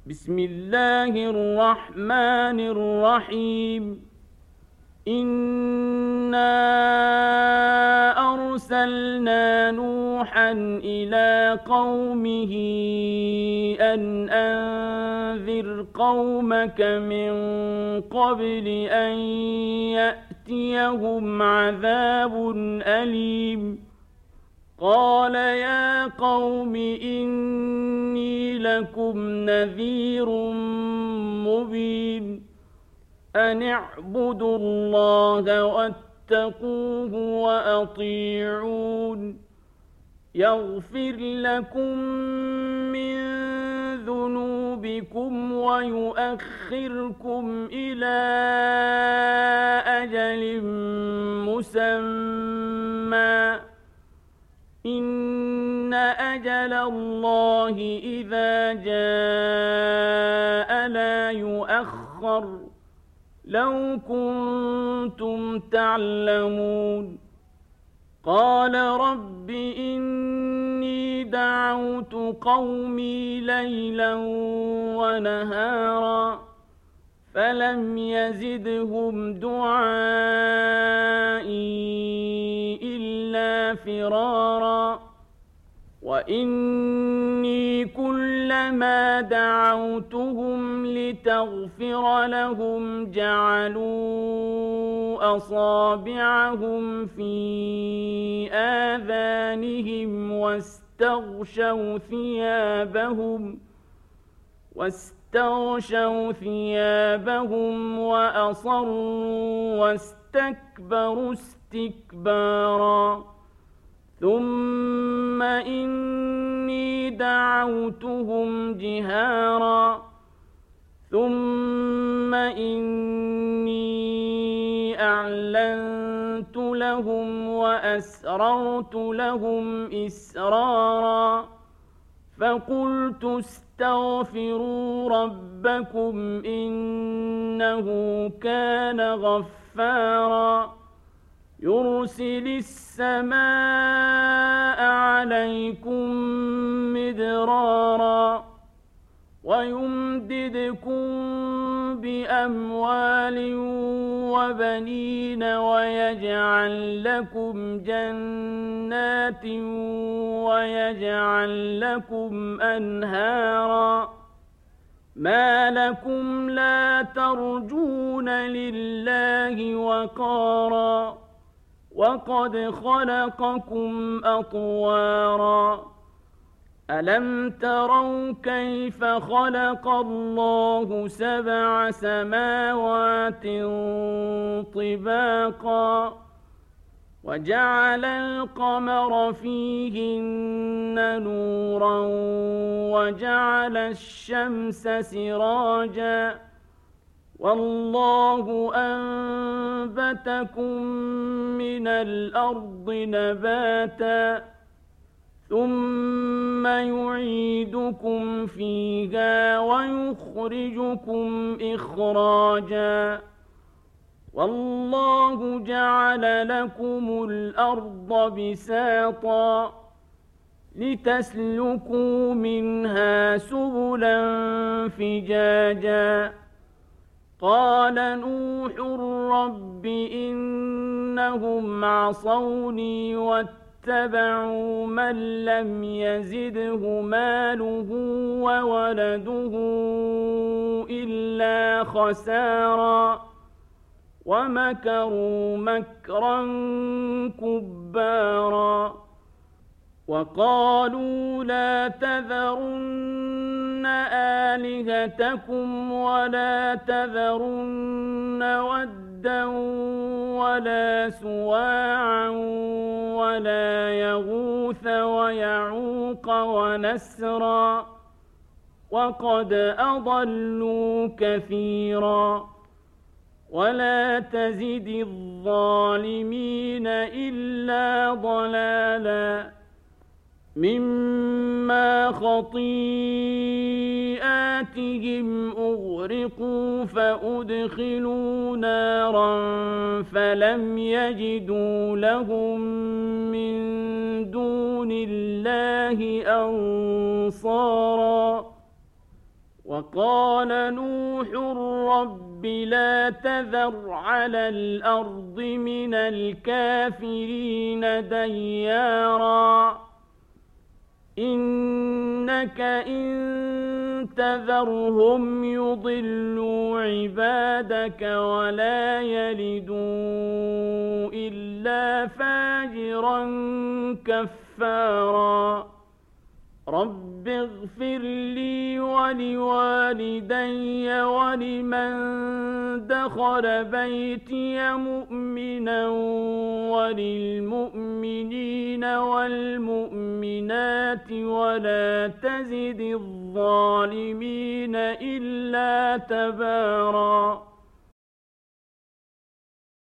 بسم الله الرحمن الرحيم. إنا أرسلنا نوحا إلى قومه أن أنذر قومك من قبل أن يأتيهم عذاب أليم. قال يا قوم إني لكم نذير مبين. أن اعبدوا الله واتقوه وأطيعون. يغفر لكم من ذنوبكم ويؤخركم إلى أجل مسمى. إن أجل الله إذا جاء لا يؤخر. لو كنتم تعلمون. قال رب إني دعوت قومي ليلا ونهارا فلم يزدهم دعائي إلا فرارا. وإني كلما دعوتهم لتغفر لهم جعلوا أصابعهم في آذانهم واستغشوا ثيابهم وأصروا واستكبروا استكبارا. ثم إني دعوتهم جهارا ثم إني أعلنت لهم وأسررت لهم إسرارا. فقلت استغفروا ربكم إنه كان غفارا. يرسل السماء عليكم مدرارا ويمددكم بأموال وبنين ويجعل لكم جنات ويجعل لكم أنهارا. ما لكم لا ترجون لله وقارا وقد خلقكم أطوارا. ألم تروا كيف خلق الله 7 سماوات طباقا وجعل القمر فيهن نورا وجعل الشمس سراجا. والله أنبتكم من الأرض نباتا ثم يعيدكم فيها ويخرجكم إخراجا. والله جعل لكم الأرض بساطا لتسلكوا منها سبلا فجاجا. قال نوح رب إنهم عصوني واتبعوا من لم يزده ماله وولده إلا خسارا ومكروا مكرا كبارا. وقالوا لا تذرن آلهتكم ولا تذرن ودا ولا سواعا ولا يغوث ويعوق ونسرا وقد أضلوا كثيرا. ولا تزد الظالمين إلا ضلالا. مما خطيئاتهم أغرقوا فأدخلوا نارا فلم يجدوا لهم من دون الله أنصارا. وقال نوح رب لا تذر على الأرض من الكافرين ديارا إنك إن تذرهم يضلوا عبادك ولا يلدوا إلا فاجرا كفارا رب اغفر لي ولوالدي ولمن دخل بيتي مؤمنا وللمؤمنين والمؤمنات ولا تزد الظالمين إلا تباراً